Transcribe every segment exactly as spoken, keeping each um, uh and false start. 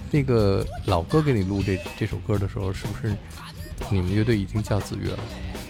那个老哥给你录这这首歌的时候，是不是你们乐队已经叫子乐了？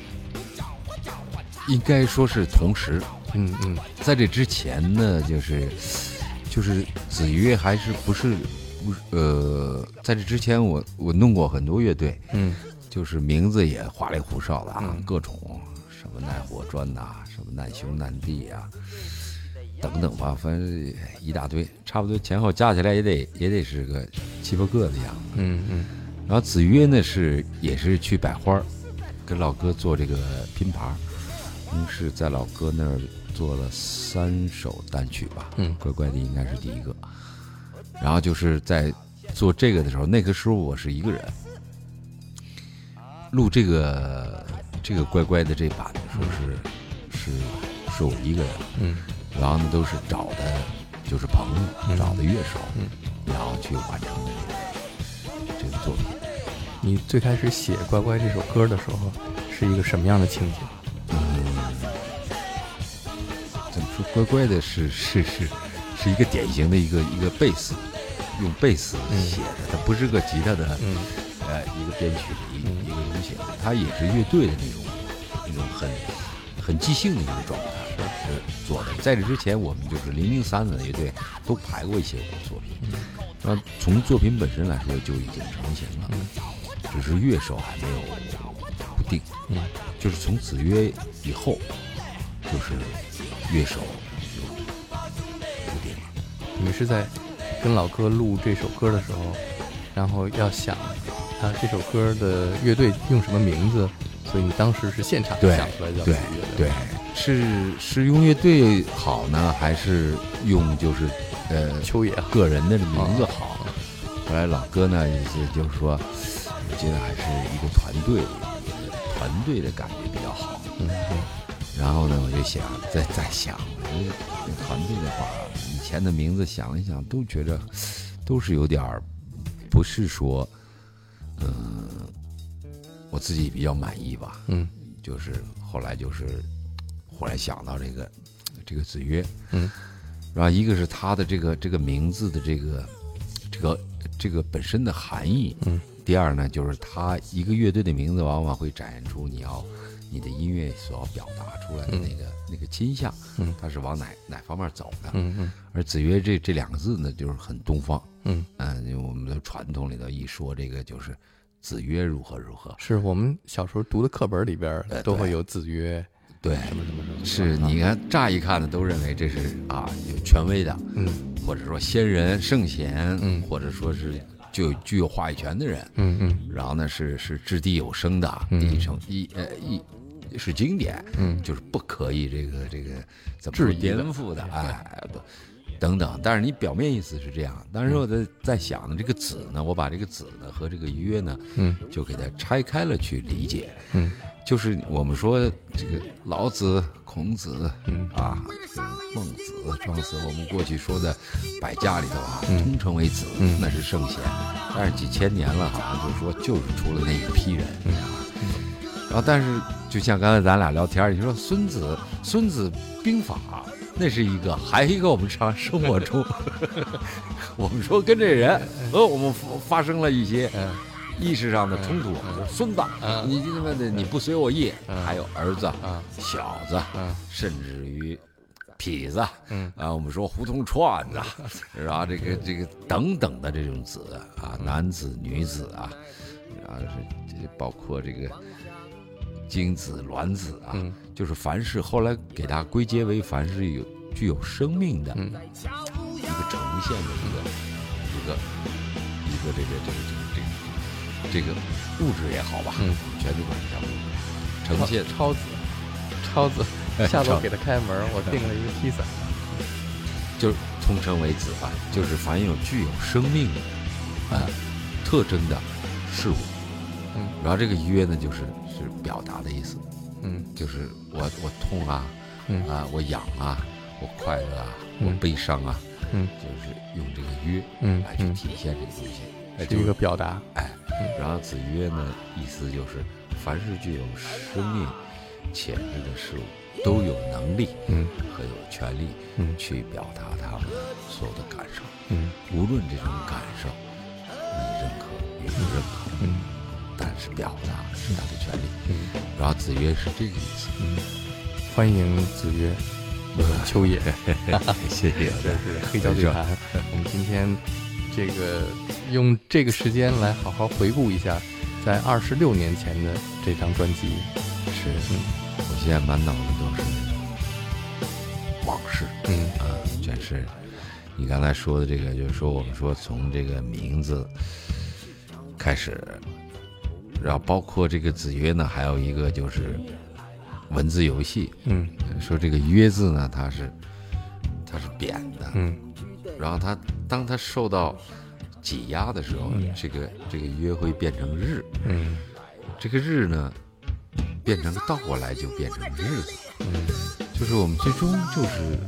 应该说是同时。 嗯嗯， 在这之前呢，就是就是子乐还是不是不是呃，在这之前我我弄过很多乐队， 嗯， 就是名字也花里胡哨的啊， 嗯、 各种什么耐火砖呐、啊，什么难兄难弟啊，等等吧，反正一大堆，差不多前后加起来也得也得是个七八个的样子。 嗯嗯。 然后子乐呢是也是去百花，跟老哥做这个拼盘，嗯，是在老哥那儿做了三首单曲吧， 嗯， 乖乖的应该是第一个。然后就是在做这个的时候，那个时候我是一个人录这个这个乖乖的这版的时候是是是我一个人， 嗯， 然后呢都是找的就是朋友， 嗯、 找的乐手， 嗯， 然后去完成的这个这个作品。 你最开始写乖乖这首歌的时候是一个什么样的情景？ 嗯，怎么说？乖乖的是是是是一个典型的一个一个贝斯，用贝斯写的，它不是个吉他的， 嗯， 呃，一个编曲的一、嗯、一个东西，它也是乐队的那种那种很很即兴的一个状态是做的。在这之前，我们就是零零三的乐队都排过一些我的作品， 嗯， 然后从作品本身来说就已经成型了， 嗯， 只是乐手还没有不定， 嗯， 就是从子乐以后，就是乐手就不定了。 你们是在跟老哥录这首歌的时候，然后要想啊这首歌的乐队用什么名字，所以你当时是现场想出来叫子乐的。 对，是是用乐队好呢，还是用就是呃秋野个人的名字好？哦、后来老哥呢意思就是说，我觉得还是一个团队，一个团队的感觉比较好。 嗯嗯。 然后呢，我就想再再想，我觉得团队的话，以前的名字想一想，都觉着都是有点儿，不是说，嗯、呃，我自己比较满意吧。 嗯， 就是后来就是忽然想到这个这个子乐， 嗯， 然后一个是他的这个这个名字的这个这个这个本身的含义， 嗯， 第二呢，就是他一个乐队的名字往往会展现出你要。你的音乐所要表达出来的那个、嗯、那个倾向， 嗯， 它是往哪哪方面走的， 嗯嗯。 而子乐这这两个字呢，就是很东方， 嗯嗯，我们的传统里头一说这个就是子乐如何如何， 是我们小时候读的课本里边都会有子乐， 对， 什么什么什么， 是你看乍一看呢，都认为这是啊有权威的， 嗯， 或者说先人圣贤， 嗯， 或者说是就具有话语权的人， 嗯嗯， 然后呢是是掷地有声的， 嗯、 一成一呃一。是经典， 嗯， 就是不可以这个这个怎么说颠覆的，哎，等等。但是你表面意思是这样，但是我在在想呢，这个子呢，我把这个子呢和这个约呢， 嗯， 就给它拆开了去理解， 嗯， 就是我们说这个老子、孔子， 嗯啊，这个孟子、庄子，我们过去说的百家里头啊， 嗯、 通称为子， 嗯， 那是圣贤，但是几千年了，好像就说就是出了那一批人， 嗯。 然后，但是就像刚才咱俩聊天，你说孙子、孙子兵法那是一个，还有一个我们日常生活中，我们说跟这人和我们发生了一些意识上的冲突，就是孙子，你他妈的你不随我意，还有儿子、小子，甚至于痞子，啊，我们说胡同串子，然后这个这个等等的这种子啊，男子、女子啊，然后是包括这个。精子、卵子啊， 嗯、 就是凡是后来给它归结为凡是有具有生命的， 嗯、 一个呈现的一个一个一个这个这个这个这个这个物质也好吧， 嗯， 全都管它叫物质，呈现超子，超子，下楼给他开门，我订了一个披萨， 就是通称为子吧，就是凡有具有生命的啊、呃、特征的事物。 嗯， 然后这个约呢，就是是表达的意思， 嗯， 就是我我痛啊， 嗯啊，我痒啊，我快乐啊，我悲伤啊， 嗯， 就是用这个约， 嗯， 来去体现这个东西， 嗯、是一个表达， 哎，然后子约呢，意思就是凡是具有生命潜质的事物，都有能力， 嗯， 和有权利， 嗯， 去表达他们所有的感受， 嗯， 无论这种感受认可予以认可， 嗯， 但是表达是他的权利， 嗯， 然后子曰是这个意思， 嗯，欢迎子曰，秋野， 谢谢， 这是黑胶对谈。我们今天这个用这个时间来好好回顾一下，在二十六年前的这张专辑。 是， 嗯， 我现在满脑子都是往事， 嗯啊，全是你刚才说的这个，就是说我们说从这个名字开始，然后包括这个子曰呢，还有一个就是文字游戏， 嗯， 说这个曰字呢，它是它是扁的， 嗯， 然后它当它受到挤压的时候， 嗯、 这个这个曰会变成日， 嗯， 这个日呢变成倒过来就变成日子， 嗯， 就是我们最终就是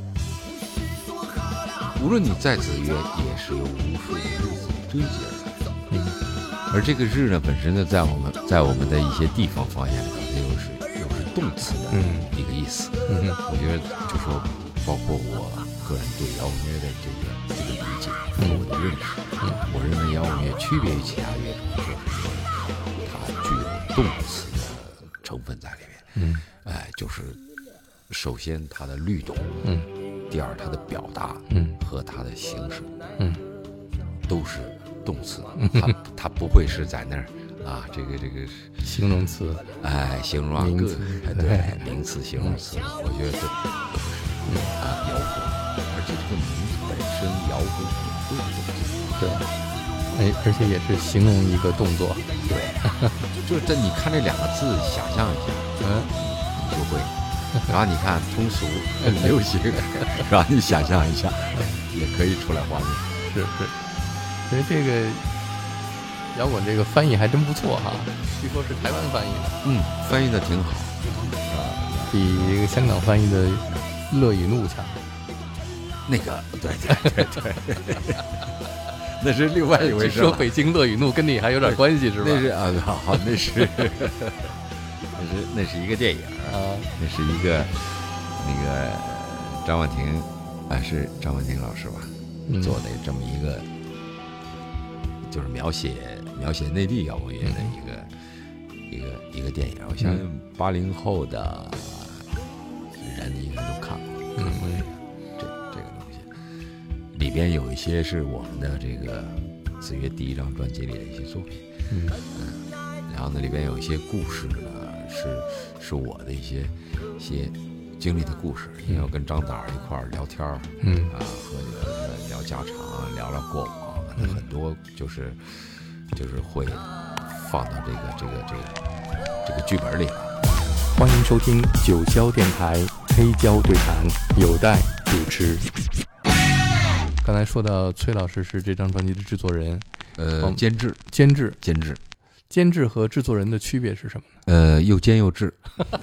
无论你再子曰，也是由无数的日子堆积而来， 嗯，而这个日呢本身呢，在我们在我们的一些地方方言里头，它又是又是动词的一个意思， 嗯， 我觉得就说包括我个人对摇滚乐的这个这个理解和我的认识， 嗯， 我认为摇滚乐区别于其他乐种，就是说它具有动词的成分在里面， 嗯， 哎，就是首先它的律动， 嗯， 第二它的表达， 嗯， 和它的形式， 嗯， 都是动词，它它不会是在那儿啊，这个这个形容词， 哎，形容啊， 名词， 哎，对，名词、形容词，我觉得这都是啊摇滚，而且这个名字本身摇滚也都是动词， 对，哎，而且也是形容一个动作， 对，就是在你看这两个字，想象一下， 嗯， 你就会。然后你看通俗流行，然后你想象一下，也可以出来画面。 是是，所以这个摇滚这个翻译还真不错哈，据说是台湾翻译的， 嗯，翻译的挺好， 啊，比这个香港翻译的乐与怒强。 那个，对对对对，那是另外一回事。 说北京乐与怒跟你还有点关系是吧？ 那是啊，好，那是那是那是一个电影啊，那是一个那个张婉婷啊，是张婉婷老师吧， 嗯、 做的这么一个，就是描写描写内地摇滚乐的一个、嗯、一个一个电影。我相信八零后的人应该都看过，看过这个、嗯、这这个东西，里边有一些是我们的这个子曰第一张专辑里的一些作品， 嗯。 嗯然后呢，里边有一些故事呢，是是我的一些一些经历的故事，因为我跟张导一块儿聊天儿， 嗯啊，喝着聊家常，聊聊过往，那很多就是就是会放到这个这个这个这个剧本里了。 欢迎收听九霄电台黑胶对谈，有待主持。刚才说到崔老师是这张专辑的制作人， 呃，监制， 监制， 监制。 监制和制作人的区别是什么呢？ 呃，又监又制，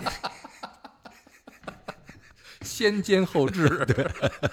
先监后制。 对，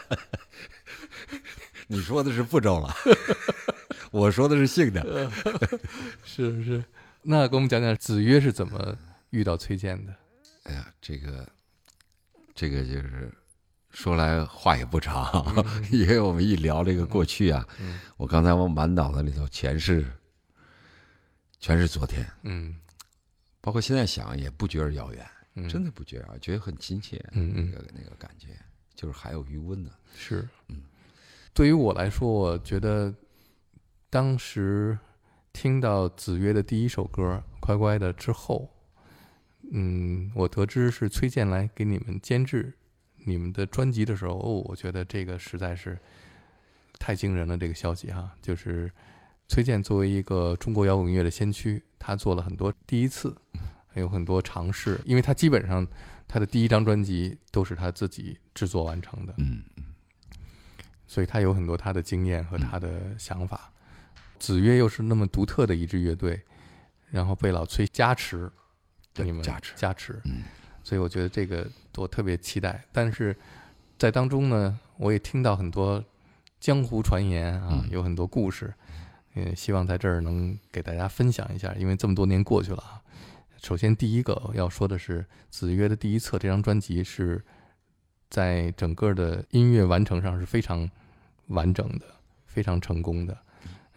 你说的是步骤了，我说的是性的。 是是，那给我们讲讲子曰是怎么遇到崔健的？ 哎呀，这个这个就是说来话也不长，嗯、因为我们一聊这个过去啊，嗯、我刚才我满脑子里头全是。全是昨天， 嗯， 包括现在想也不觉得遥远， 嗯、 真的不觉得，觉得很亲切， 嗯嗯， 那个那个感觉，就是还有余温呢。 是， 嗯， 对于我来说，我觉得当时听到子曰的第一首歌《乖乖的》之后，嗯，我得知是崔健来给你们监制你们的专辑的时候，哦，我觉得这个实在是太惊人了，这个消息哈，就是崔健作为一个中国摇滚乐的先驱，他做了很多第一次，还有很多尝试，因为他基本上他的第一张专辑都是他自己制作完成的， 嗯， 所以他有很多他的经验和他的想法。子曰又是那么独特的一支乐队，然后被老崔加持，你们加持加持， 嗯， 所以我觉得这个我特别期待。但是在当中呢，我也听到很多江湖传言啊， 嗯、 有很多故事。也希望在这儿能给大家分享一下，因为这么多年过去了啊。首先第一个要说的是子曰的第一册这张专辑是在整个的音乐完成上是非常完整的，非常成功的。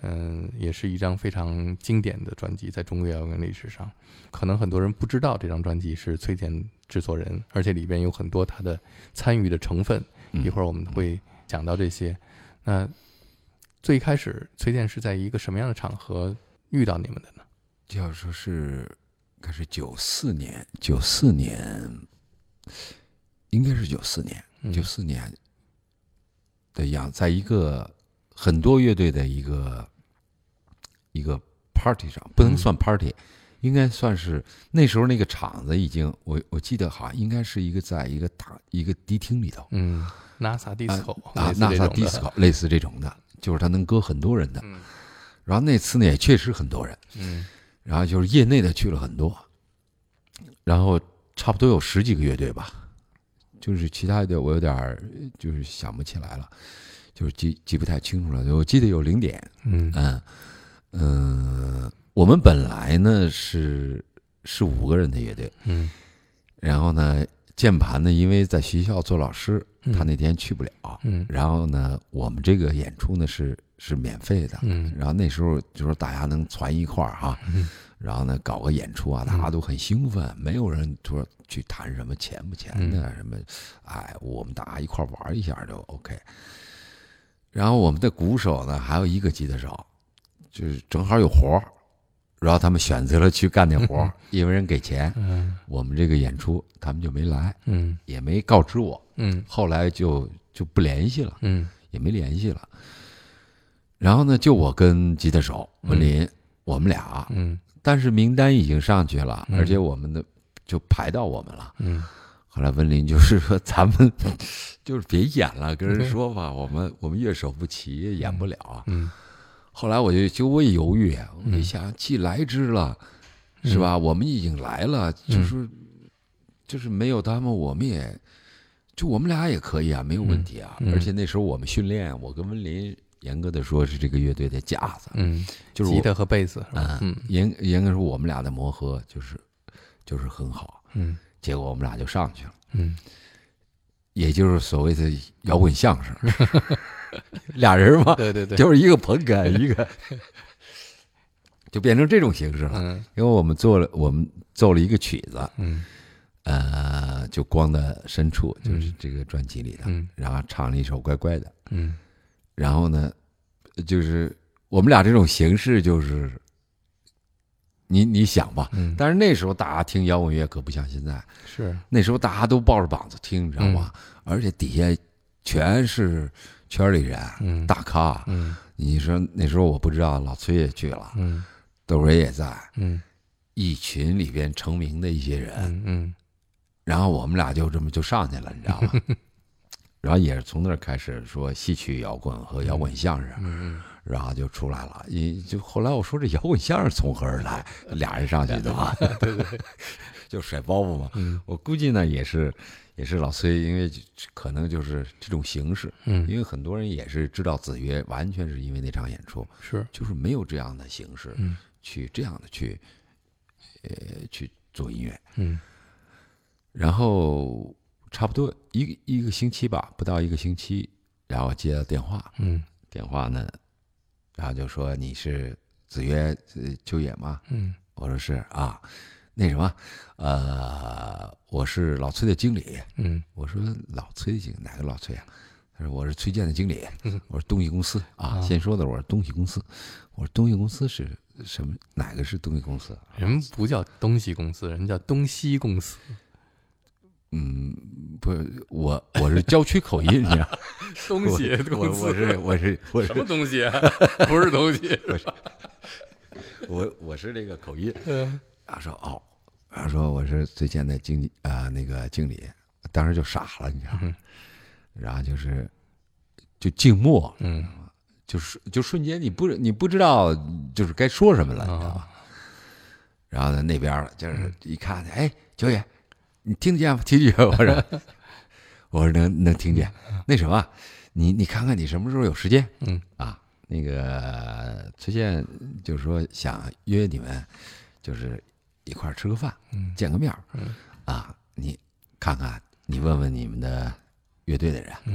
嗯，也是一张非常经典的专辑，在中国摇滚历史上，可能很多人不知道这张专辑是崔健制作人，而且里边有很多他的参与的成分。一会儿我们会讲到这些。那最开始崔健是在一个什么样的场合遇到你们的呢？ 就要说是，应该是九四年，九四年，应该是九四年，九四年的样，在一个很多乐队的一个一个 party 上，不能算 party，、嗯、应该算是那时候那个场子已经，我我记得好像应该是一个在一个大一个迪厅里头， 嗯 ，NASA Disco 啊 ，NASA Disco 类似这种的，就是它能搁很多人的。 嗯、 然后那次呢也确实很多人， 嗯， 然后就是业内的去了很多，然后差不多有十几个乐队吧。就是其他的我有点就是想不起来了，就是记记不太清楚了。我记得有零点， 嗯嗯嗯、呃，我们本来呢是是五个人的乐队， 嗯， 然后呢键盘呢因为在学校做老师，他那天去不了， 嗯， 然后呢我们这个演出呢是是免费的， 嗯， 然后那时候就说大家能攒一块儿哈， 嗯， 然后呢搞个演出啊，大家都很兴奋，没有人说去谈什么钱不钱的什么，哎，我们大家一块玩一下就 OK。然后我们的鼓手呢还有一个吉他手，就是正好有活儿，然后他们选择了去干那活儿，因为人给钱。 嗯， 我们这个演出他们就没来， 嗯， 也没告知我， 嗯， 后来就就不联系了， 嗯， 也没联系了。然后呢，就我跟吉他手文林，嗯、我们俩， 嗯， 但是名单已经上去了， 嗯、 而且我们的就排到我们了， 嗯。 后来文林就是说，咱们就是别演了，跟人说吧，我们我们乐手不齐，演不了啊。 嗯。 后来我就就我也犹豫，我一想，既来之了，是吧？我们已经来了，就是就是没有他们，我们也就我们俩也可以啊，没有问题啊。而且那时候我们训练，我跟文林严格的说是这个乐队的架子， 嗯， 就是吉他和贝斯， 嗯，严严格说我们俩的磨合就是就是很好， 嗯。 结果我们俩就上去了， 嗯， 也就是所谓的摇滚相声，俩人嘛， 对对对， 就是一个朋克，一个就变成这种形式了。 嗯， 因为我们做了，我们奏了一个曲子， 嗯， 呃，就光的深处，就是这个专辑里的， 嗯， 然后唱了一首乖乖的， 嗯， 然后呢，就是我们俩这种形式就是。你你想吧， 嗯， 但是那时候大家听摇滚乐可不像现在， 是那时候大家都抱着膀子听，你知道吗？ 嗯、 而且底下全是圈里人， 嗯， 大咖， 嗯， 你说那时候我不知道，老崔也去了， 嗯， 窦唯也在， 嗯， 一群里边成名的一些人， 嗯嗯， 然后我们俩就这么就上去了，你知道吗？然后也是从那儿开始说戏曲摇滚和摇滚相声， 嗯嗯。 然后就出来了，一就后来我说这摇滚相声从何而来？俩人上去的嘛， 对对， 就甩包袱嘛。 嗯， 我估计呢也是也是老崔，因为可能就是这种形式， 嗯， 因为很多人也是知道子曰，完全是因为那场演出， 是就是没有这样的形式， 嗯， 去这样的去，呃，去做音乐， 嗯， 然后差不多一个一个星期吧，不到一个星期，然后接到电话， 嗯， 电话呢。然后就说你是子曰秋野吗？ 嗯， 我说是啊，那什么，呃，我是老崔的经理。 嗯， 我说老崔的经理哪个老崔啊？他说我是崔健的经理。 嗯， 我说东西公司啊，先说的我说东西公司。我说东西公司是什么？哪个是东西公司？ 人不叫东西公司，人叫东西公司。 嗯，不，我我是郊区口音，你知道。 东西公司， 我我是我是我是什么东西啊？不是东西， 我是我我是这个口音。 嗯， 他说哦，他说我是最近的经理啊、呃，那个经理，当时就傻了，你知道吗？ 嗯、 然后就是就静默， 嗯， 就是就瞬间你不你不知道就是该说什么了，你知道吧？然后呢那边了，就是一看，哎，九爷。你听得见吗？听见？我说，我说能能听见。那什么，你你看看你什么时候有时间？ 嗯啊，那个崔健就是说想约你们，就是一块儿吃个饭， 嗯， 见个面嗯啊，你看看，你问问你们的乐队的人， 嗯，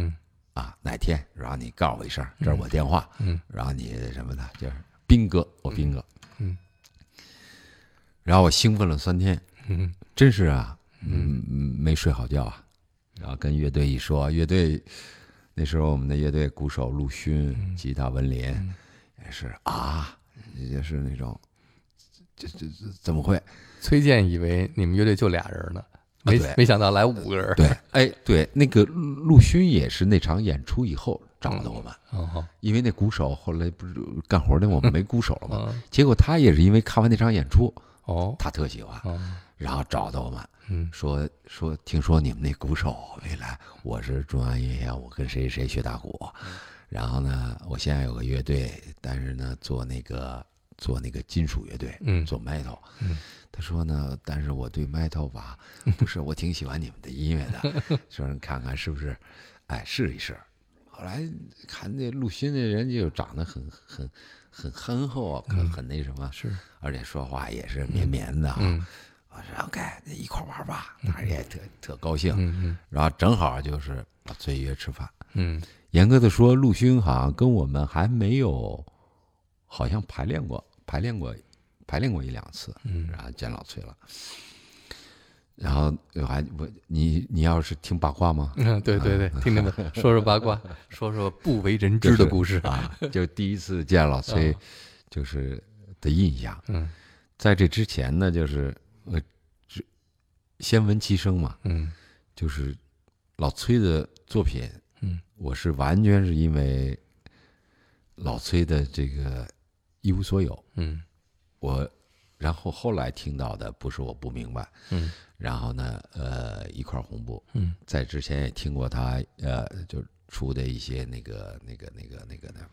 啊，哪天然后你告诉我一声，这是我电话， 嗯， 然后你什么的，就是斌哥，我斌哥， 嗯， 然后我兴奋了三天， 嗯， 真是啊，嗯，没睡好觉啊，然后跟乐队一说，乐队那时候我们的乐队鼓手陆勋，吉他文林，也是啊，也是那种，这这这怎么会？ 崔健以为你们乐队就俩人呢，没、 啊、 没想到来五个人。 对，哎，对，那个陆勋也是那场演出以后找的我们， 嗯哦、 因为那鼓手后来不是干活的，我们没鼓手了嘛， 嗯、 结果他也是因为看完那场演出， 哦， 他特喜欢， 哦、 然后找到我们， 嗯， 说说听说你们那鼓手未来，我是中央音乐，我跟谁谁学打鼓， 嗯、 然后呢，我现在有个乐队，但是呢做那个做那个金属乐队， 嗯， 做 metal， 嗯。 他说呢，但是我对 metal 吧，不是，我挺喜欢你们的音乐的，说你看看是不是，哎，试一试。后来看那陆勋那人就长得很很很憨厚，很很那什么， 是， 而且说话也是绵绵的啊。 嗯、 我说 OK， 一块玩吧，当时也特特高兴。 嗯嗯， 然后正好就是把崔约吃饭。 嗯， 严格的说，陆勋好像跟我们还没有，好像排练过，排练过。排练过一两次， 嗯， 然后见老崔了，然后我还我你你要是听八卦吗？ 嗯，对对对，听听吧，说说八卦，说说不为人知的故事、 就是、啊。就第一次见老崔，就是的印象。 嗯， 在这之前呢，就是呃，先闻其声嘛。 嗯， 就是老崔的作品， 嗯， 我是完全是因为老崔的这个一无所有。 嗯。 我，然后后来听到的不是我不明白， 嗯， 然后呢，呃，一块红布， 嗯， 在之前也听过他，呃，就出的一些那个、那个、那个、那个的，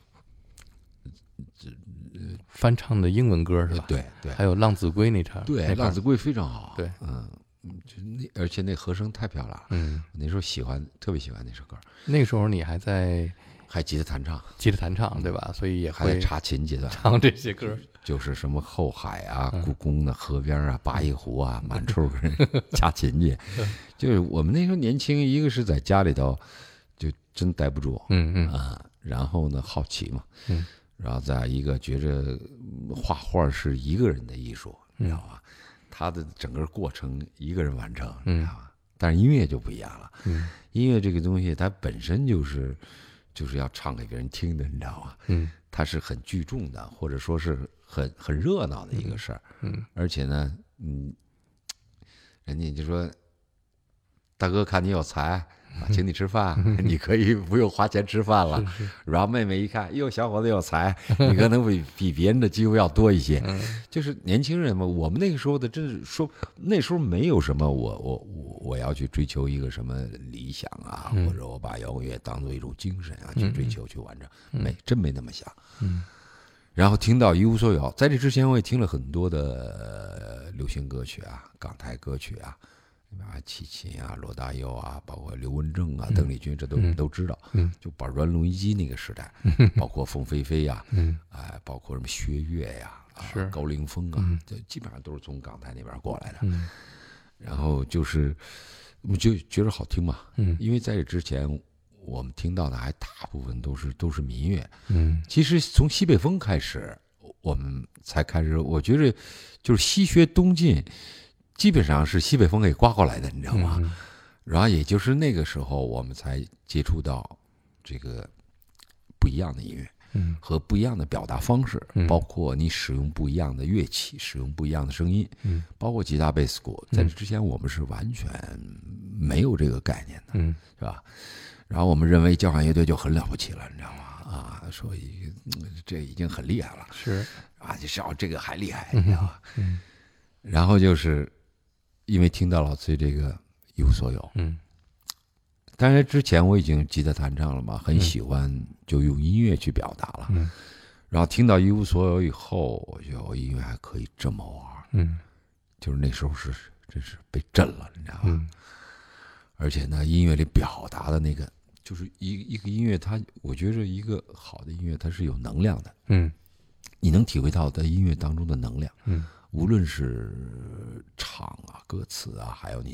翻唱的英文歌是吧？ 对对， 还有《浪子归》那场， 对，《浪子归》非常好， 对， 嗯，就那而且那和声太漂亮了， 嗯， 那时候喜欢，特别喜欢那首歌。 那个时候你还在。 还吉他弹唱， 吉他弹唱，对吧？所以也会还查琴阶段唱这些歌， 就是什么后海啊、故宫的河边啊、八一湖啊，满处人查琴去。就是我们那时候年轻，一个是在家里头就真待不住， 嗯嗯啊，然后呢好奇嘛， 嗯， 然后再一个觉着画画是一个人的艺术，你知道吧？他的整个过程一个人完成，你知道吧？但是音乐就不一样了， 嗯， 音乐这个东西它本身就是。就是要唱给别人听的，你知道吗？ 嗯， 它是很聚众的，或者说是很很热闹的一个事儿。 嗯， 而且呢，嗯，人家就说，大哥看你有才，请你吃饭，你可以不用花钱吃饭了。 是是， 然后妹妹一看，哟，小伙子有才，你可能比比别人的机会要多一些。 嗯， 就是年轻人嘛，我们那个时候的，真是说那时候没有什么我我我我要去追求一个什么理想啊， 嗯、 或者我把摇滚乐当做一种精神啊去追求、 嗯、 去完成，没真没那么想。 嗯， 然后听到一无所有，在这之前我也听了很多的、呃、流行歌曲啊，港台歌曲啊。啊，齐秦啊，罗大佑啊，包括刘文正啊、邓丽君，这都我们都知道。 嗯， 就板砖录音机那个时代，包括凤飞飞呀， 嗯， 哎，包括什么薛岳呀， 是高凌风啊，这基本上都是从港台那边过来的。 嗯， 然后就是我们就觉得好听嘛。 嗯， 因为在这之前我们听到的还大部分都是都是民乐。 嗯， 其实从西北风开始，我们才开始，我觉得就是西学东进。基本上是西北风给刮过来的，你知道吗？ 嗯、 然后也就是那个时候，我们才接触到这个不一样的音乐， 嗯， 和不一样的表达方式， 嗯、 包括你使用不一样的乐器，使用不一样的声音， 嗯， 包括吉他、贝斯、鼓，在这之前我们是完全没有这个概念的， 嗯， 是吧？然后我们认为交响乐队就很了不起了，你知道吗？啊，说这已经很厉害了， 是啊，就是要这个还厉害，你知道吗？ 嗯， 然后就是。因为听到老崔这个一无所有， 嗯， 当然之前我已经吉他弹唱了嘛，很喜欢就用音乐去表达了， 嗯， 然后听到一无所有以后，我觉得音乐还可以这么玩， 嗯， 就是那时候是真是被震了，你知道吧？ 嗯， 而且呢，音乐里表达的那个，就是一一个音乐它，我觉得一个好的音乐它是有能量的， 嗯， 你能体会到在音乐当中的能量， 嗯。 无论是唱啊、歌词啊，还有你的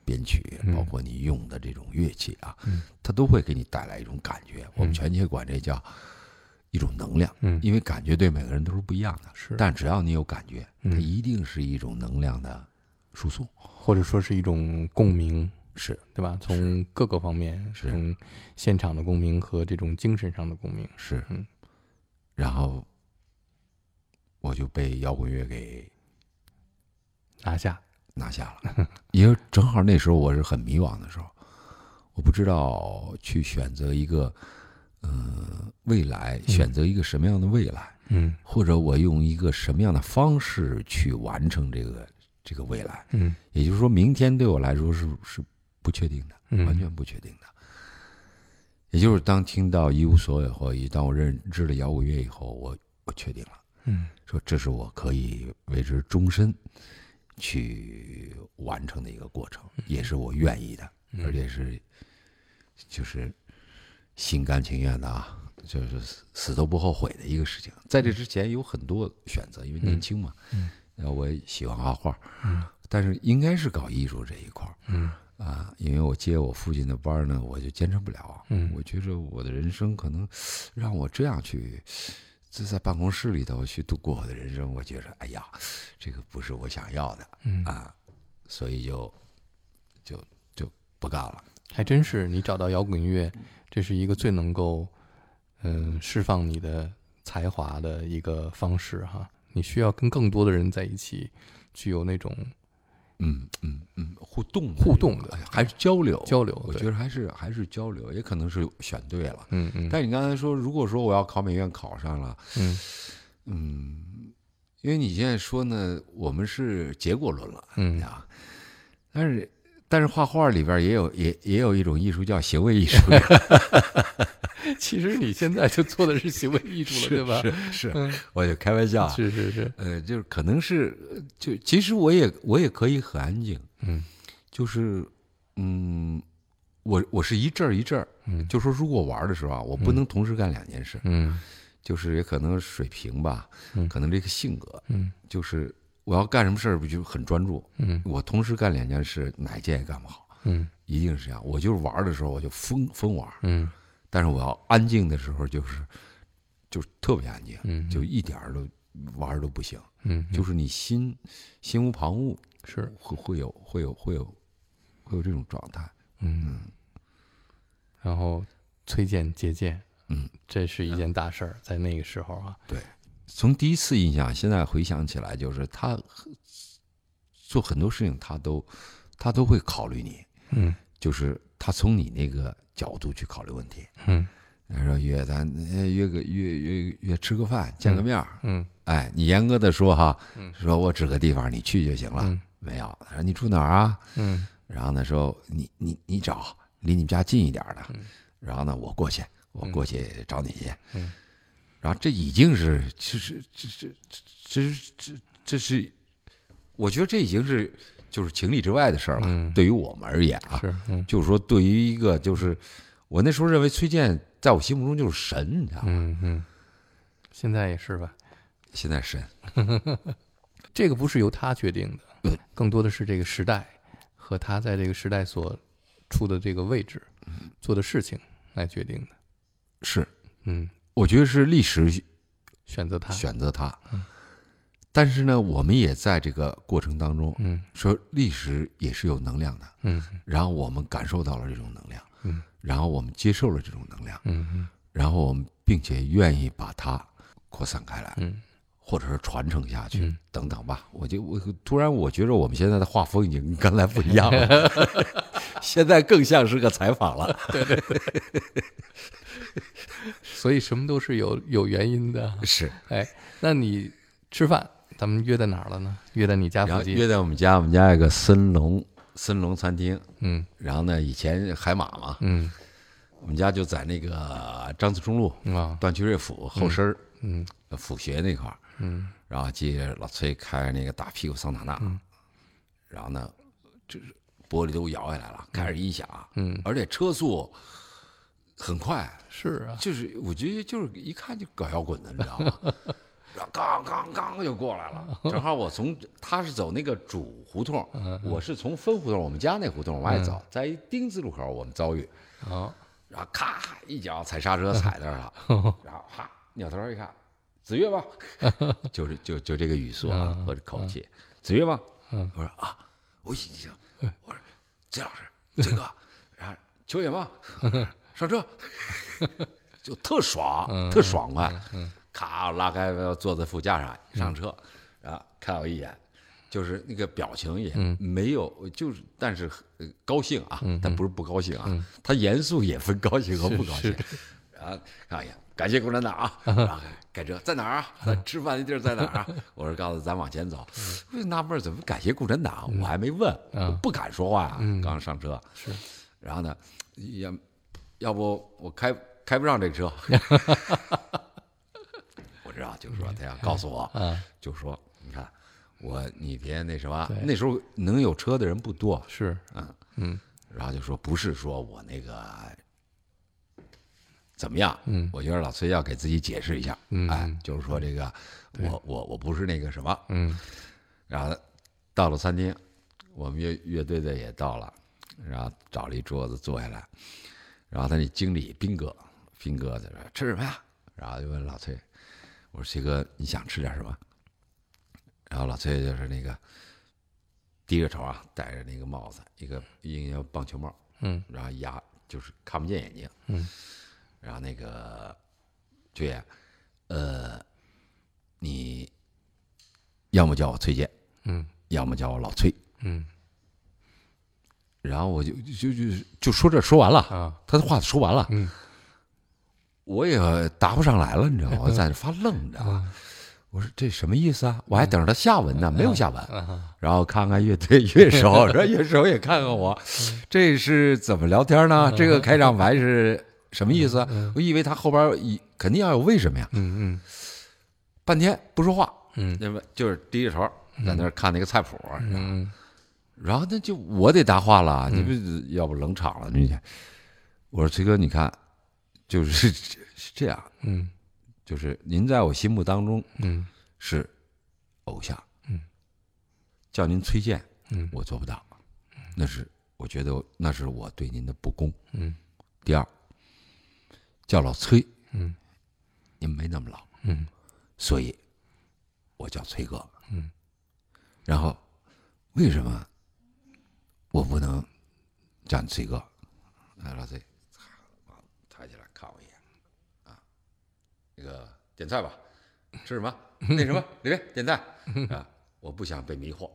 编曲， 嗯包括你用的这种乐器啊， 嗯它都会给你带来一种感觉。我们全切管这叫一种能量， 嗯， 因为感觉对每个人都是不一样的。 是， 但只要你有感觉，它嗯一定是一种能量的输送， 或者说是一种共鸣， 是对吧？从各个方面， 是从现场的共鸣和这种精神上的共鸣， 是， 嗯， 然后我就被摇滚乐给拿下， 拿下了，因为正好那时候我是很迷惘的时候，我不知道去选择一个呃未来，选择一个什么样的未来， 嗯或者我用一个什么样的方式去完成这个这个未来。 嗯也就是说明天对我来说是是不确定的， 嗯完全不确定的。也就是当听到一无所有后，当我认知了摇滚乐以后，我我确定了， 嗯说这是我可以为之终身去完成的一个过程，也是我愿意的， 嗯而且是就是心甘情愿的啊，就是死死都不后悔的一个事情。在这之前有很多选择，因为年轻嘛， 嗯， 然后我也喜欢画画， 嗯， 但是应该是搞艺术这一块儿， 嗯啊，因为我接我父亲的班儿呢，我就坚持不了， 嗯我觉着我的人生可能让我这样去。就在办公室里头去度过我的人生，我觉着，哎呀，这个不是我想要的， 嗯啊，所以就就就不干了。 还真是，你找到摇滚乐，这是一个最能够嗯释放你的才华的一个方式哈。你需要跟更多的人在一起，具有那种嗯嗯嗯，互动互动的， 还是交流交流。 我觉得还是还是交流，也可能是选对了。 嗯嗯。 但你刚才说，如果说我要考美院考上了， 嗯嗯，因为你现在说呢，我们是结果论了， 嗯啊，但是但是画画里边也有也也有一种艺术叫行为艺术。 其实你现在就做的是行为艺术了，对吧？ 是是， 嗯我就开玩笑， 是是是， 呃，就是可能是就其实我也我也可以很安静， 嗯就是嗯，我我是一阵儿一阵儿， 嗯就说如果玩的时候啊，我不能同时干两件事， 嗯就是也可能水平吧， 嗯可能这个性格， 嗯就是我要干什么事儿，我就很专注， 嗯我同时干两件事，哪件也干不好， 嗯一定是这样。我就是玩的时候我就疯疯玩， 嗯但是我要安静的时候就是就是特别安静， 嗯， 就一点儿都玩儿都不行， 嗯， 就是你心心无旁骛， 是会会有会有会有会有这种状态， 嗯，然后崔健结剑， 嗯， 这是一件大事儿，在那个时候啊， 对。从第一次印象，现在回想起来，就是他做很多事情，他都他都会考虑你， 嗯就是他从你那个角度去考虑问题。 嗯然后约咱呃约个约约约吃个饭，见个面儿。 嗯哎，你严格的说哈， 嗯说我指个地方，你去就行了。 嗯没有，他说你住哪儿啊？ 嗯然后呢说你你你找离你们家近一点的， 嗯然后呢我过去，我过去找你去。 嗯然后这已经是，这是这这这这这这是，我觉得这已经是就是情理之外的事儿了。 嗯对于我们而言啊， 是嗯就是说对于一个就是我那时候认为崔健在我心目中就是神，你知道吗？ 嗯嗯，现在也是吧？ 现在神， 这个不是由他决定的， 嗯更多的是这个时代和他在这个时代所处的这个位置、做的事情来决定的。 是， 嗯， 我觉得是历史选择他， 选择他。 嗯但是呢，我们也在这个过程当中嗯说，历史也是有能量的。 嗯然后我们感受到了这种能量， 嗯然后我们接受了这种能量， 嗯嗯然后我们并且愿意把它扩散开来， 嗯或者是传承下去， 嗯等等吧。我就我突然我觉得我们现在的画风已经跟刚才不一样了，现在更像是个采访了。 对对对，所以什么都是有有原因的。 是， 哎，那你吃饭，咱们约在哪儿了呢？约在你家然后附近。 约在我们家，我们家有个森龙森龙餐厅。 嗯然后呢，以前海马嘛， 嗯我们家就在那个张自忠路啊段祺瑞府后身儿， 嗯府学那块儿。 嗯然后记着老崔开着那个大屁股桑塔纳， 嗯然后呢，就是玻璃都摇下来了，开着音响， 嗯， 而且车速很快， 是啊， 就是我觉得就是一看就搞摇滚的，你知道吗？然后刚刚刚就过来了，正好我从他是走那个主胡同，我是从分胡同，我们家那胡同往外走，在一丁字路口我们遭遇， 哦， 然后咔一脚踩刹车踩那儿了，然后哈扭头一看，子越吗？就是就就这个语速啊和口气，子越吗？我说啊，我心想，我说子老师，这个，然后秋野吗？上车，就特爽，特爽快，咔拉开坐在副驾上上车，然后看我一眼，就是那个表情也没有，就是但是高兴啊，但不是不高兴啊，他严肃也分高兴和不高兴，然后看一眼。感谢共产党啊！然后开车在哪儿啊？咱吃饭的地儿在哪儿啊？我说告诉咱往前走。我就纳闷怎么感谢共产党？我还没问，我不敢说话啊。刚上车是， 然后呢，要要不我开开不上这个车。我知道，就是说他要告诉我，就说你看我你别那什么，那时候能有车的人不多， 是， 嗯嗯， 然后就说不是说我那个。怎么样？ 嗯， 我觉得老崔要给自己解释一下， 嗯， 哎，就是说这个，我我我不是那个什么， 嗯， 然后到了餐厅，我们乐乐队的也到了，然后找了一桌子坐下来，然后他那经理斌哥，斌哥在这吃什么呀？然后就问老崔，我说崔哥你想吃点什么？然后老崔就是那个低着头啊，戴着那个帽子，一个一个棒球帽， 嗯， 然后牙就是看不见眼睛， 嗯。 然后那个秋野，呃，你要么叫我崔健， 嗯， 要么叫我老崔， 嗯。 然后我就就就就说这说完了啊， 他的话说完了， 嗯， 我也答不上来了，你知道吗？我在那发愣，你知道吗？我说这什么意思啊？我还等着他下文呢，没有下文。然后看看乐队乐手，说乐手也看看我，这是怎么聊天呢？这个开场白是。什么意思啊？我以为他后边肯定要有为什么呀？ 嗯嗯， 半天不说话， 嗯， 那么就是低着头在那看那个菜谱， 嗯， 然后那就我得答话了，你不要不冷场了？你我说崔哥，你看，就是是这样， 嗯， 就是您在我心目当中， 嗯， 是偶像， 嗯， 叫您崔健， 嗯， 我做不到，那是我觉得那是我对您的不公， 嗯， 第二。叫老崔， 嗯， 您没那么老， 嗯， 所以我叫崔哥， 嗯， 然后为什么我不能叫你崔哥？哎，老崔，抬起来看我一眼，啊，那个点菜吧，吃什么？那什么，里面点菜啊！我不想被迷惑，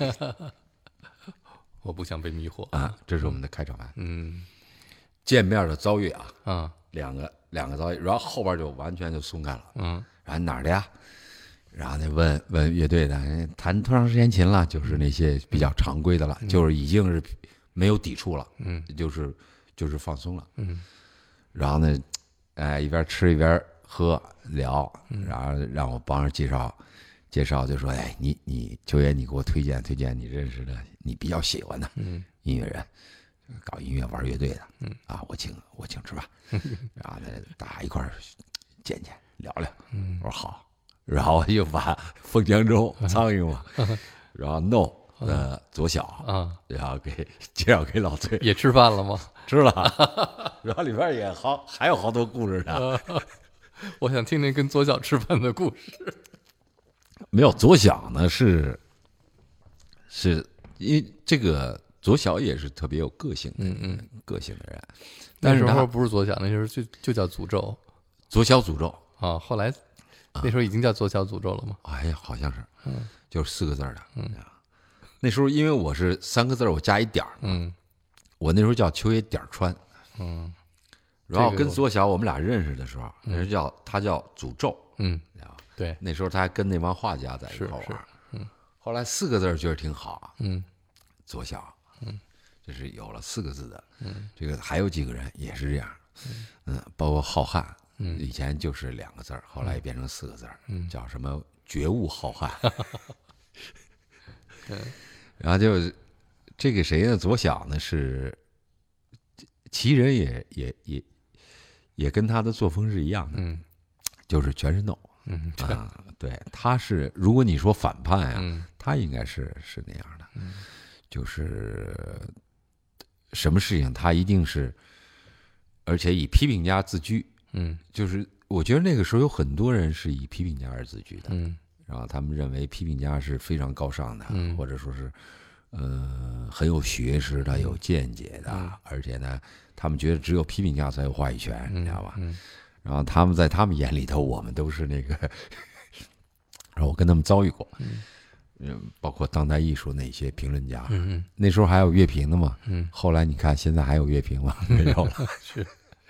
我不想被迷惑啊！这是我们的开场白， 嗯， 见面的遭遇啊， 啊。 两个两个遭遇，然后后边就完全就松开了。 嗯， 然后哪儿的呀？然后那问问乐队的，弹多长时间琴了？就是那些比较常规的了，嗯、就是已经是没有抵触了。 嗯， 就是就是放松了。 嗯， 然后呢，哎，一边吃一边喝聊， 嗯、 然后让我帮着介绍介绍，就说，哎，你你秋爷，你给我推荐推荐你认识的你比较喜欢的音乐人。搞音乐玩乐队的， 嗯啊，我请我请吃饭，然后呢，大家一块儿见见聊聊， 嗯， 我说好，然后就把凤江州苍蝇嘛，然后 no 的左小啊， 然后给介绍给老崔， 也吃饭了吗？ 吃了，然后里边也好还有好多故事呢， 我想听听跟左小吃饭的故事。 没有，左小呢是是因为这个。左小也是特别有个性的， 嗯嗯， 个性的人。 那时候不是左小，那时候就就叫诅咒， 左小诅咒啊。后来那时候已经叫左小诅咒了吗？ 哎呀，好像是， 嗯， 就是四个字的。 嗯， 那时候因为我是三个字，我加一点嗯， 我那时候叫秋野点川， 嗯， 然后跟左小我们俩认识的时候，那时候叫他叫诅咒， 嗯，对， 那时候他还跟那帮画家在一块玩， 嗯， 后来四个字觉得挺好， 嗯， 左小。 嗯， 这是有了四个字的， 嗯， 这个还有几个人也是这样，嗯，包括浩瀚， 嗯， 以前就是两个字后来变成四个字嗯， 叫什么觉悟浩瀚， 对， 然后就这个谁呢？左小呢是，其人也也也也跟他的作风是一样的， 嗯， 就是全是 no， 嗯啊，对，他是如果你说反叛呀、 嗯他应该是是那样的， 嗯就是什么事情他一定是，而且以批评家自居， 嗯就是我觉得那个时候有很多人是以批评家而自居的， 嗯然后他们认为批评家是非常高尚的， 嗯或者说是呃很有学识的、有见解的， 嗯而且呢，他们觉得只有批评家才有话语权，你知道吧？ 嗯然后他们在他们眼里头，我们都是那个，然后我跟他们遭遇过，嗯，包括当代艺术那些评论家， 嗯那时候还有乐评的嘛， 嗯， 后来你看现在还有乐评吗？没有了， 是，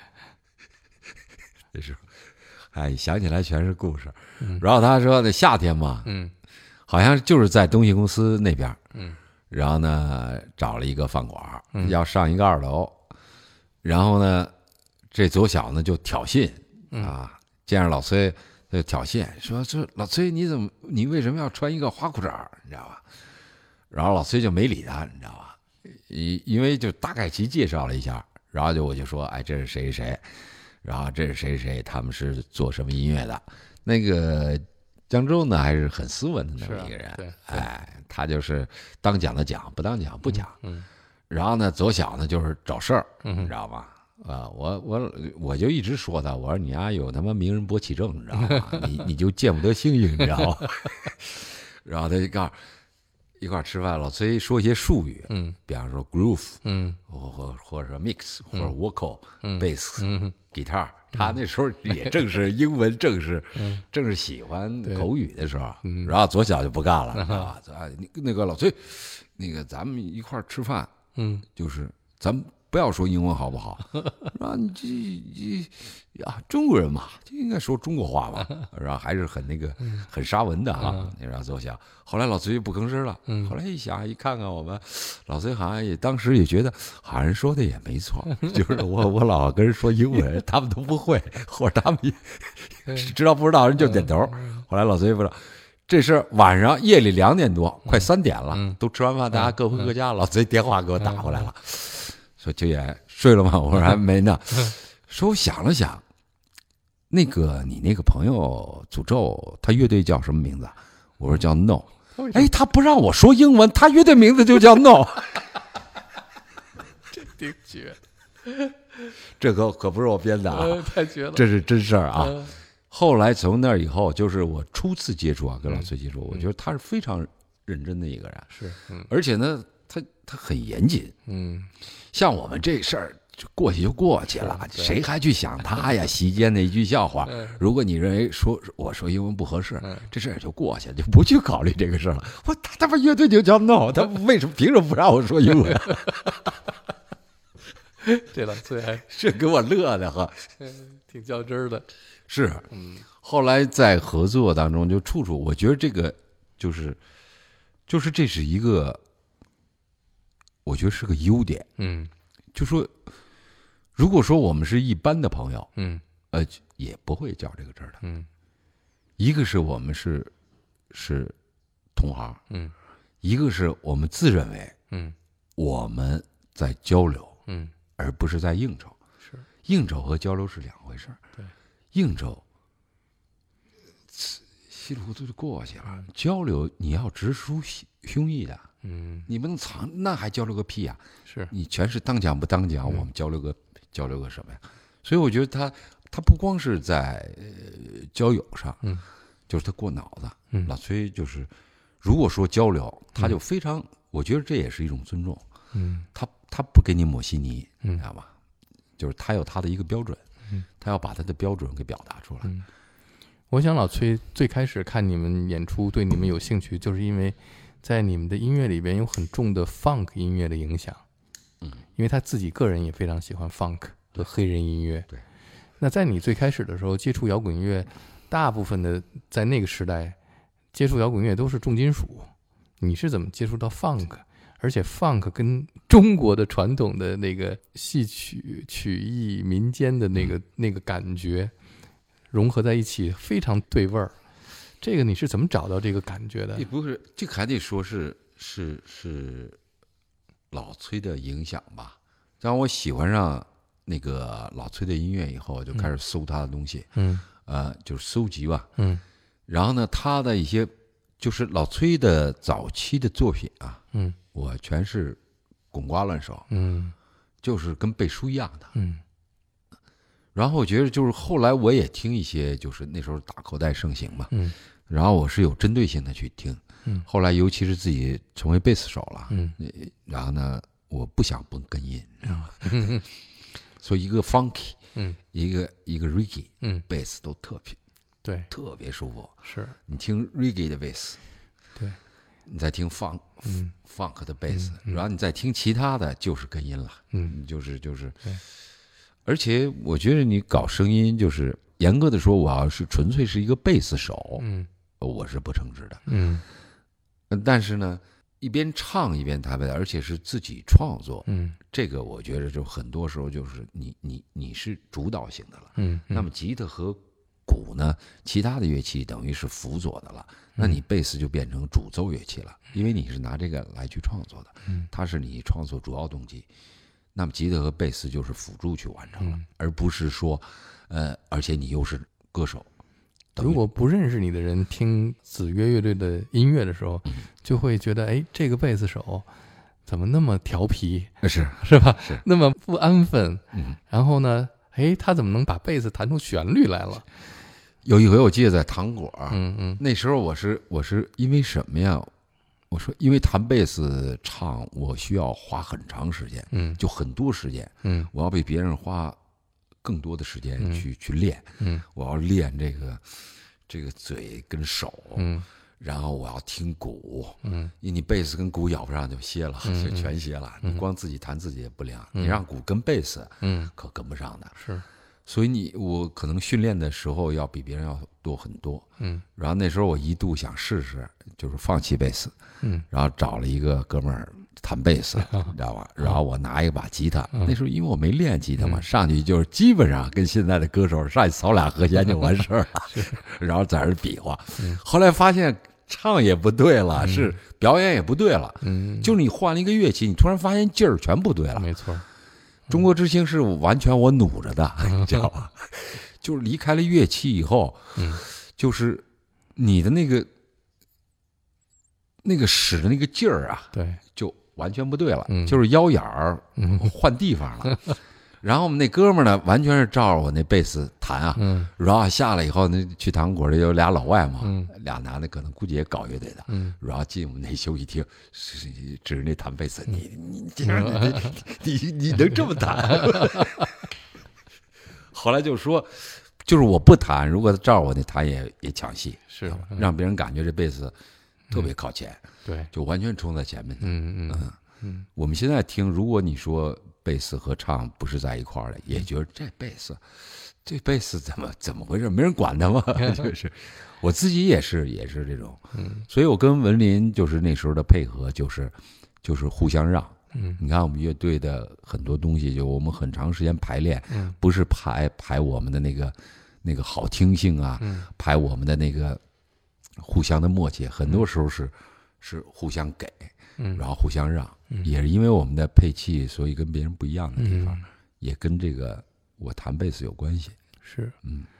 这时候，哎，想起来全是故事。 嗯然后他说那夏天嘛， 嗯好像就是在东信公司那边， 嗯然后呢找了一个饭馆， 嗯要上一个二楼，然后呢，这左小呢就挑衅啊，见着老崔他就挑衅说：“这老崔你怎么你为什么要穿一个花裤衩儿？你知道吧？”然后老崔就没理他，你知道吧？因因为就大概其介绍了一下，然后就我就说：“哎，这是谁谁谁，然后这是谁谁谁，他们是做什么音乐的？”那个江州呢还是很斯文的那么一个人， 对， 哎，他就是当讲的讲，不当讲不讲。 嗯然后呢，左小呢就是找事儿， 嗯你知道吗？啊，我我我就一直说他，我说你丫、啊、有他妈名人勃起症，你知道吗？你你就见不得星星，你知道吗？然后他就告诉一块儿吃饭，老崔说一些术语， 嗯比方说 groove， 嗯或或或者说 mix，或者 vocal， 嗯贝斯、 嗯 guitar，他那时候也正是英文，正是嗯正是喜欢对口语的时候。 嗯然后左小就不干了，啊，你那个老崔，那个咱们一块儿吃饭， 嗯就是咱们不要说英文好不好？啊，你这这呀，中国人嘛，就应该说中国话嘛，然后还是很那个很沙文的哈。然后左小，后来老崔就不吭声了。 嗯后来一想，一看看我们，老崔好像也当时也觉得，好像说的也没错，就是我我老跟人说英文，他们都不会，或者他们也知道不知道人就点头。后来老崔不知道。这是晚上夜里两点多，快三点了， 嗯都吃完饭，大家各回各家。老崔电话给我打过来了，说九爷睡了吗？我说还没呢。说我想了想，那个你那个朋友诅咒他乐队叫什么名字？我说叫 No。哎，他不让我说英文，他乐队名字就叫 No。 这挺绝， 这可可不是我编的啊， 呃太绝了， 这是真事儿啊。 嗯后来从那以后，就是我初次接触啊，跟老崔接触，我觉得他是非常认真的一个人， 是嗯而且呢，他他很严谨。 嗯像我们这事儿就过去就过去了， 是对谁还去想他呀？席间的一句笑话嗯， 如果你认为说我说英文不合适嗯， 这事儿就过去了，就不去考虑这个事儿了。我他他妈乐队就叫 No，他为什么凭什么不让我说英文？ 这老崔还这给我乐的哈。 嗯挺较真儿的， 是， 嗯后来在合作当中就处处，我觉得这个就是就是这是一个，我觉得是个优点。 嗯就说如果说我们是一般的朋友， 嗯呃，也不会较这个真儿的。 嗯一个是我们是是同行， 嗯一个是我们自认为嗯我们在交流， 嗯而不是在应酬。 是应酬和交流是两回事儿。 对， 应酬稀里糊涂就过去了，交流你要直抒胸臆的， 嗯你不能藏，那还交流个屁呀、 是你全是当讲不当讲， 嗯我们交流个交流个什么呀？所以我觉得他他不光是在呃交友上， 嗯， 就是他过脑子。 嗯老崔就是，如果说交流，他就非常，我觉得这也是一种尊重。 嗯他他不给你抹稀泥， 嗯你知道吧？就是他有他的一个标准， 嗯他要把他的标准给表达出来。 嗯我想老崔最开始看你们演出，对你们有兴趣，就是因为在你们的音乐里边有很重的 funk 音乐的影响。 嗯， 因为他自己个人也非常喜欢 funk 和黑人音乐。 对， 那在你最开始的时候接触摇滚乐，大部分的在那个时代接触摇滚乐都是重金属，你是怎么接触到 funk？而且 funk 跟中国的传统的那个戏曲曲艺民间的那个、嗯、那个感觉融合在一起，非常对味儿。这个你是怎么找到这个感觉的？ 也不是，这个还得说是是是老崔的影响吧。当我喜欢上那个老崔的音乐以后，就开始搜他的东西， 嗯， 呃，就是搜集吧， 嗯。 然后呢，他的一些就是老崔的早期的作品啊， 嗯， 我全是滚瓜烂熟， 嗯， 就是跟背书一样的， 嗯。 然后我觉得就是后来我也听一些，就是那时候打口袋盛行嘛， 嗯， 然后我是有针对性的去听， 嗯， 后来尤其是自己成为贝斯手了， 嗯， 然后呢，我不想绷根音，你知道吗？ 嗯所以一个 funky， 嗯， 一个一个 reggae， 嗯， 贝斯都特别对， 特别舒服。 是， 你听 reggae 的贝斯， 对， 你再听 funk， 嗯 funk 的贝斯， 嗯嗯然后你再听其他的就是根音了， 嗯， 就是就是对。 而且我觉得你搞声音，就是严格的说，我要是纯粹是一个贝斯手， 嗯我是不称职的。 嗯但是呢，一边唱一边弹贝斯，而且是自己创作， 嗯这个我觉得就很多时候就是你你你是主导性的了。 嗯， 那么吉他和鼓呢，其他的乐器等于是辅佐的了，那你贝斯就变成主奏乐器了，因为你是拿这个来去创作的，它是你创作主要动机。那么吉他和贝斯就是辅助去完成了，而不是说，呃，而且你又是歌手。 如果不认识你的人听子曰乐队的音乐的时候，就会觉得，哎，这个贝斯手怎么那么调皮， 是是吧？ 是那么不安分。 嗯， 然后呢，哎，他怎么能把贝斯弹出旋律来了？ 有一回我记得在糖果， 嗯嗯那时候我是我是因为什么呀？我说因为弹贝斯唱，我需要花很长时间， 嗯就很多时间， 嗯我要比别人花更多的时间去、去练， 嗯我要练这个这个嘴跟手， 嗯然后我要听鼓， 嗯因为你贝斯跟鼓咬不上就歇了， 嗯就全歇了。 嗯你光自己弹自己也不亮， 嗯你让鼓跟贝斯嗯， 可跟不上的。 是， 所以你我可能训练的时候要比别人要多很多。 嗯然后那时候我一度想试试，就是放弃贝斯， 嗯然后找了一个哥们儿弹贝斯，你知道吧？然后我拿一把吉他， 嗯那时候因为我没练吉他嘛，上去就是基本上跟现在的歌手上去扫俩和弦就完事儿了，然后在那儿比划。后来发现唱也不对了，是表演也不对了， 嗯， 就是你换了一个乐器，你突然发现劲儿全不对了。 没错。 中国之星是完全我努着的，你知道吧？就是离开了乐器以后， 嗯， 就是你的那个那个使的那个劲儿啊， 对， 就完全不对了， 嗯就是腰眼儿嗯换地方了。然后我们那哥们儿呢，完全是照着我那贝斯弹啊， 嗯然后下来以后，那去糖果里有俩老外嘛， 嗯俩男的可能估计也搞乐队的， 嗯然后进我们那休息厅，是是指着那弹贝斯，你你这样你你你能这么弹？后来就说，就是我不弹，如果他照我那弹也也抢戏， 是嗯让别人感觉这贝斯特别靠前， 对， 就完全冲在前面。 嗯嗯嗯我们现在听，如果你说贝斯和唱不是在一块儿的，也觉得这贝斯，这贝斯怎么怎么回事？没人管他吗？就是我自己也是也是这种， 嗯所以我跟文林就是那时候的配合就是就是互相让。 嗯你看我们乐队的很多东西，就我们很长时间排练， 嗯不是排排我们的那个那个好听性啊， 嗯排我们的那个互相的默契，很多时候是是互相给， 嗯， 然后互相让， 嗯也是因为我们的配器，所以跟别人不一样的地方， 嗯也跟这个我弹贝斯有关系。 是， 嗯